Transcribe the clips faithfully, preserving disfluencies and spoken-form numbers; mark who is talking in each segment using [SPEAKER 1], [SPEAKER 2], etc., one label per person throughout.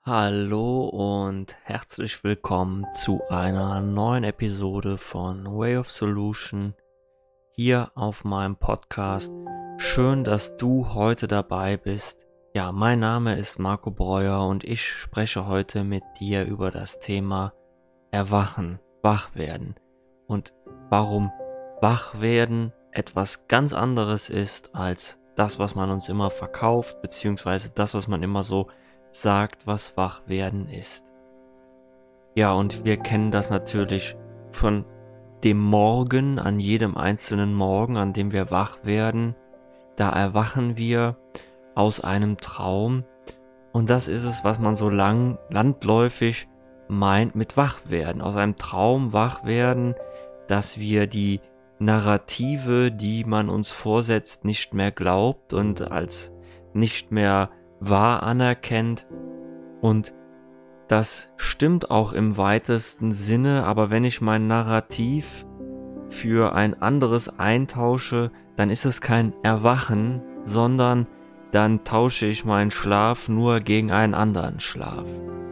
[SPEAKER 1] Hallo und herzlich willkommen zu einer neuen Episode von Way of Solution hier auf meinem Podcast. Schön, dass du heute dabei bist. Ja, mein Name ist Marco Breuer und ich spreche heute mit dir über das Thema Erwachen, Wachwerden und warum Wachwerden etwas ganz anderes ist als das, was man uns immer verkauft, beziehungsweise das, was man immer so sagt, was Wachwerden ist. Ja, und wir kennen das natürlich von dem Morgen, an jedem einzelnen Morgen, an dem wir wach werden. Da erwachen wir aus einem Traum und das ist es, was man so lang landläufig meint mit Wachwerden. Aus einem Traum wach werden, dass wir die Narrative, die man uns vorsetzt, nicht mehr glaubt und als nicht mehr wahr anerkennt, und das stimmt auch im weitesten Sinne, aber wenn ich mein Narrativ für ein anderes eintausche, dann ist es kein Erwachen, sondern dann tausche ich meinen Schlaf nur gegen einen anderen Schlaf.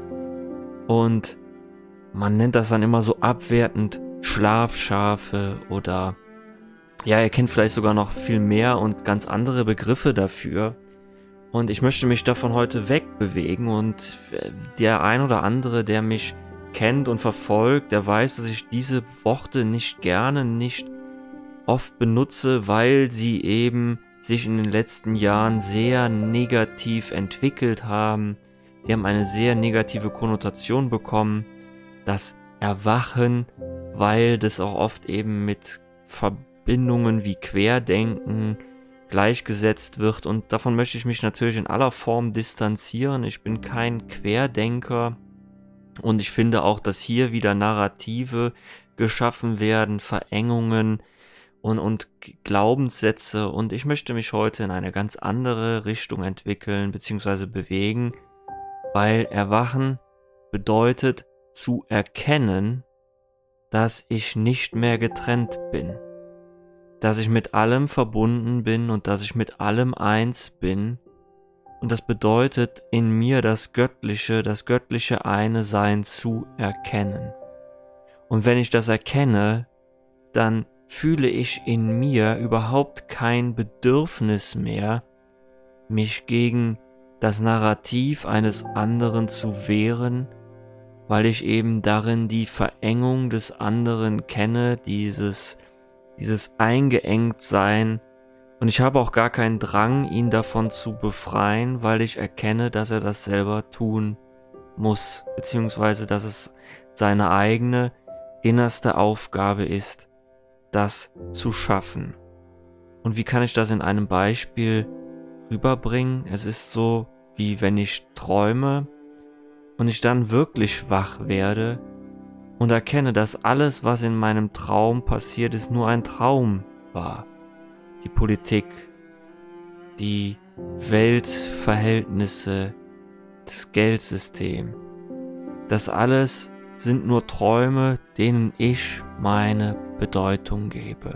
[SPEAKER 1] Und man nennt das dann immer so abwertend Schlafschafe oder ja, ihr kennt vielleicht sogar noch viel mehr und ganz andere Begriffe dafür. Und ich möchte mich davon heute wegbewegen und der ein oder andere, der mich kennt und verfolgt, der weiß, dass ich diese Worte nicht gerne, nicht oft benutze, weil sie eben sich in den letzten Jahren sehr negativ entwickelt haben. Sie haben eine sehr negative Konnotation bekommen, das Erwachen, weil das auch oft eben mit Verbindungen wie Querdenken gleichgesetzt wird, und davon möchte ich mich natürlich in aller Form distanzieren. Ich bin kein Querdenker und ich finde auch, dass hier wieder Narrative geschaffen werden, Verengungen und, und Glaubenssätze, und ich möchte mich heute in eine ganz andere Richtung entwickeln bzw. bewegen, weil Erwachen bedeutet zu erkennen, dass ich nicht mehr getrennt bin, dass ich mit allem verbunden bin und dass ich mit allem eins bin, und das bedeutet in mir das Göttliche, das göttliche eine Sein zu erkennen. Und wenn ich das erkenne, dann fühle ich in mir überhaupt kein Bedürfnis mehr, mich gegen das Narrativ eines anderen zu wehren, weil ich eben darin die Verengung des anderen kenne, dieses dieses Eingeengtsein, und ich habe auch gar keinen Drang, ihn davon zu befreien, weil ich erkenne, dass er das selber tun muss, beziehungsweise dass es seine eigene innerste Aufgabe ist, das zu schaffen. Und wie kann ich das in einem Beispiel rüberbringen? Es ist so, wie wenn ich träume und ich dann wirklich wach werde und erkenne, dass alles, was in meinem Traum passiert ist, nur ein Traum war. Die Politik, die Weltverhältnisse, das Geldsystem, das alles sind nur Träume, denen ich meine Bedeutung gebe.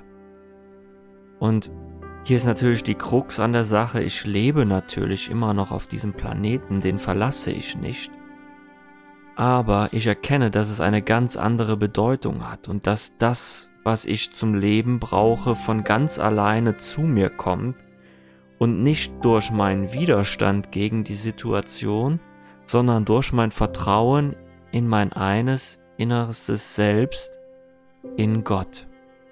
[SPEAKER 1] Und hier ist natürlich die Krux an der Sache: Ich lebe natürlich immer noch auf diesem Planeten, den verlasse ich nicht. Aber ich erkenne, dass es eine ganz andere Bedeutung hat und dass das, was ich zum Leben brauche, von ganz alleine zu mir kommt und nicht durch meinen Widerstand gegen die Situation, sondern durch mein Vertrauen in mein eines innerstes Selbst, in Gott.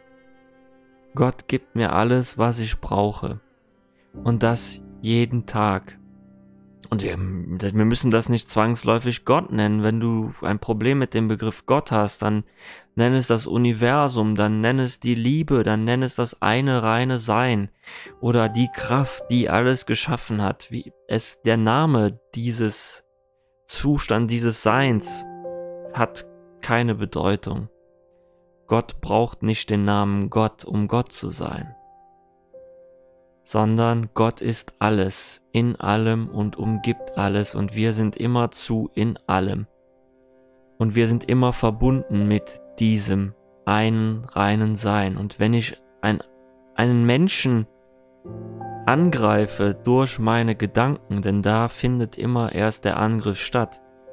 [SPEAKER 1] Gott gibt mir alles, was ich brauche, und das jeden Tag. Und wir, wir müssen das nicht zwangsläufig Gott nennen. Wenn du ein Problem mit dem Begriff Gott hast, dann nenn es das Universum, dann nenn es die Liebe, dann nenn es das eine reine Sein oder die Kraft, die alles geschaffen hat. Wie es, der Name dieses Zustand, dieses Seins hat keine Bedeutung. Gott braucht nicht den Namen Gott, um Gott zu sein, sondern Gott ist alles, in allem und umgibt alles, und wir sind immerzu in allem. Und wir sind immer verbunden mit diesem einen reinen Sein. Und wenn ich ein, einen Menschen angreife durch meine Gedanken, denn da findet immer erst der Angriff statt,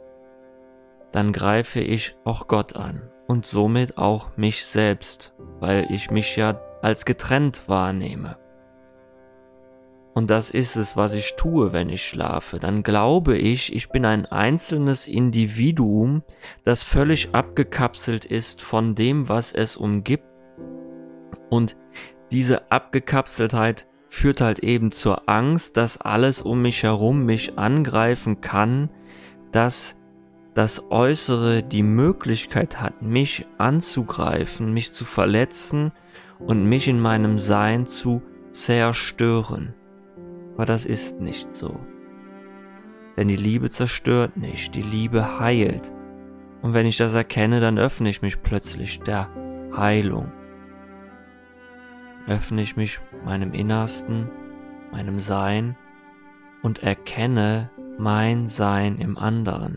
[SPEAKER 1] dann greife ich auch Gott an und somit auch mich selbst, weil ich mich ja als getrennt wahrnehme. Und das ist es, was ich tue, wenn ich schlafe. Dann glaube ich, ich bin ein einzelnes Individuum, das völlig abgekapselt ist von dem, was es umgibt. Und diese Abgekapseltheit führt halt eben zur Angst, dass alles um mich herum mich angreifen kann, dass das Äußere die Möglichkeit hat, mich anzugreifen, mich zu verletzen und mich in meinem Sein zu zerstören. Aber das ist nicht so. Denn die Liebe zerstört nicht, die Liebe heilt. Und wenn ich das erkenne, dann öffne ich mich plötzlich der Heilung. Öffne ich mich meinem Innersten, meinem Sein und erkenne mein Sein im anderen.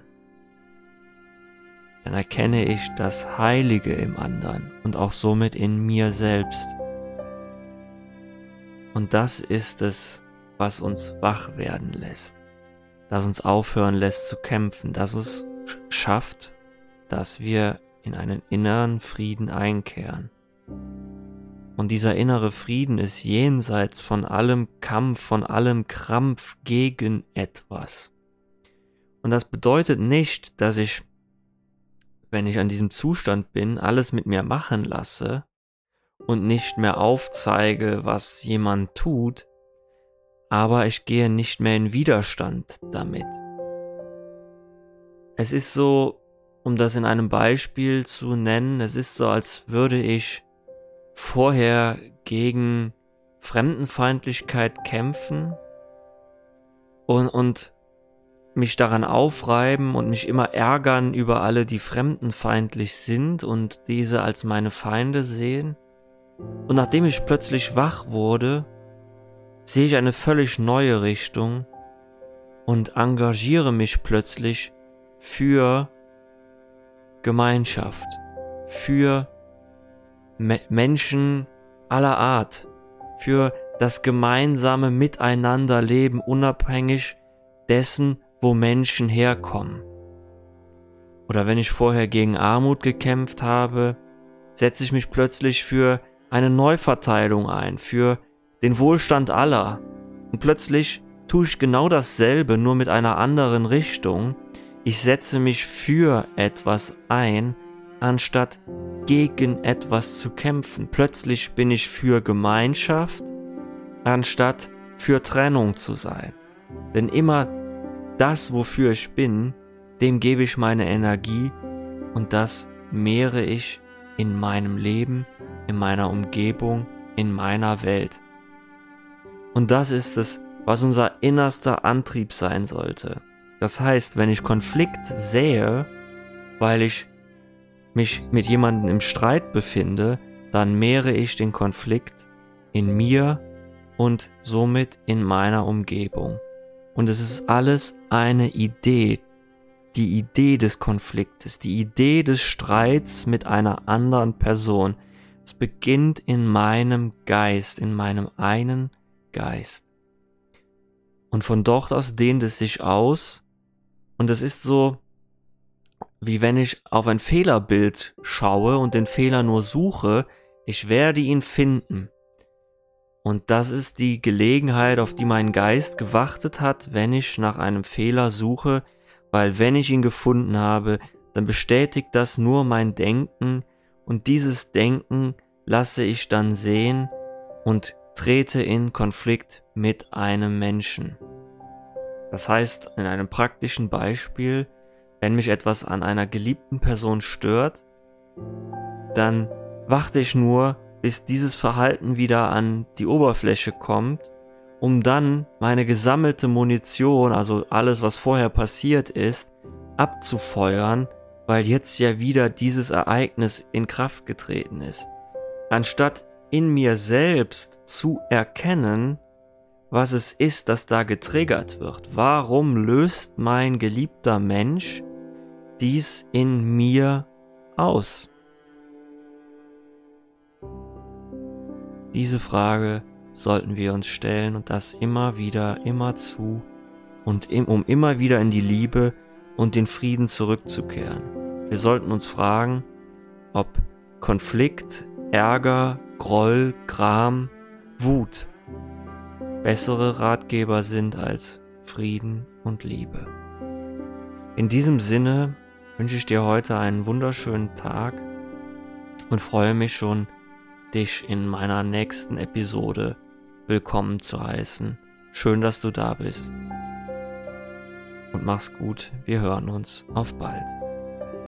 [SPEAKER 1] Dann erkenne ich das Heilige im anderen und auch somit in mir selbst. Und das ist es, was uns wach werden lässt, das uns aufhören lässt zu kämpfen, das es schafft, dass wir in einen inneren Frieden einkehren. Und dieser innere Frieden ist jenseits von allem Kampf, von allem Krampf gegen etwas. Und das bedeutet nicht, dass ich, wenn ich an diesem Zustand bin, alles mit mir machen lasse und nicht mehr aufzeige, was jemand tut, aber ich gehe nicht mehr in Widerstand damit. Es ist so, um das in einem Beispiel zu nennen, es ist so, als würde ich vorher gegen Fremdenfeindlichkeit kämpfen und, und mich daran aufreiben und mich immer ärgern über alle, die fremdenfeindlich sind und diese als meine Feinde sehen. Und nachdem ich plötzlich wach wurde, sehe ich eine völlig neue Richtung und engagiere mich plötzlich für Gemeinschaft, für Me- Menschen aller Art, für das gemeinsame Miteinanderleben, unabhängig dessen, wo Menschen herkommen. Oder wenn ich vorher gegen Armut gekämpft habe, setze ich mich plötzlich für eine Neuverteilung ein, für den Wohlstand aller. Und plötzlich tue ich genau dasselbe, nur mit einer anderen Richtung. Ich setze mich für etwas ein, anstatt gegen etwas zu kämpfen. Plötzlich bin ich für Gemeinschaft, anstatt für Trennung zu sein. Denn immer das, wofür ich bin, dem gebe ich meine Energie und das mehre ich in meinem Leben, in meiner Umgebung, in meiner Welt. Und das ist es, was unser innerster Antrieb sein sollte. Das heißt, wenn ich Konflikt sehe, weil ich mich mit jemandem im Streit befinde, dann mehre ich den Konflikt in mir und somit in meiner Umgebung. Und es ist alles eine Idee, die Idee des Konfliktes, die Idee des Streits mit einer anderen Person. Es beginnt in meinem Geist, in meinem einen Geist. Und von dort aus dehnt es sich aus und es ist so, wie wenn ich auf ein Fehlerbild schaue und den Fehler nur suche, ich werde ihn finden. Und das ist die Gelegenheit, auf die mein Geist gewartet hat, wenn ich nach einem Fehler suche, weil wenn ich ihn gefunden habe, dann bestätigt das nur mein Denken und dieses Denken lasse ich dann sehen und trete in Konflikt mit einem Menschen. Das heißt, in einem praktischen Beispiel, wenn mich etwas an einer geliebten Person stört, dann warte ich nur, bis dieses Verhalten wieder an die Oberfläche kommt, um dann meine gesammelte Munition, also alles, was vorher passiert ist, abzufeuern, weil jetzt ja wieder dieses Ereignis in Kraft getreten ist. Anstatt in mir selbst zu erkennen, was es ist, das da getriggert wird. Warum löst mein geliebter Mensch dies in mir aus? Diese Frage sollten wir uns stellen und das immer wieder, immer zu und im, um immer wieder in die Liebe und den Frieden zurückzukehren. Wir sollten uns fragen, ob Konflikt, Ärger, Groll, Gram, Wut bessere Ratgeber sind als Frieden und Liebe. In diesem Sinne wünsche ich dir heute einen wunderschönen Tag und freue mich schon, dich in meiner nächsten Episode willkommen zu heißen. Schön, dass du da bist. Und mach's gut, wir hören uns. Auf bald.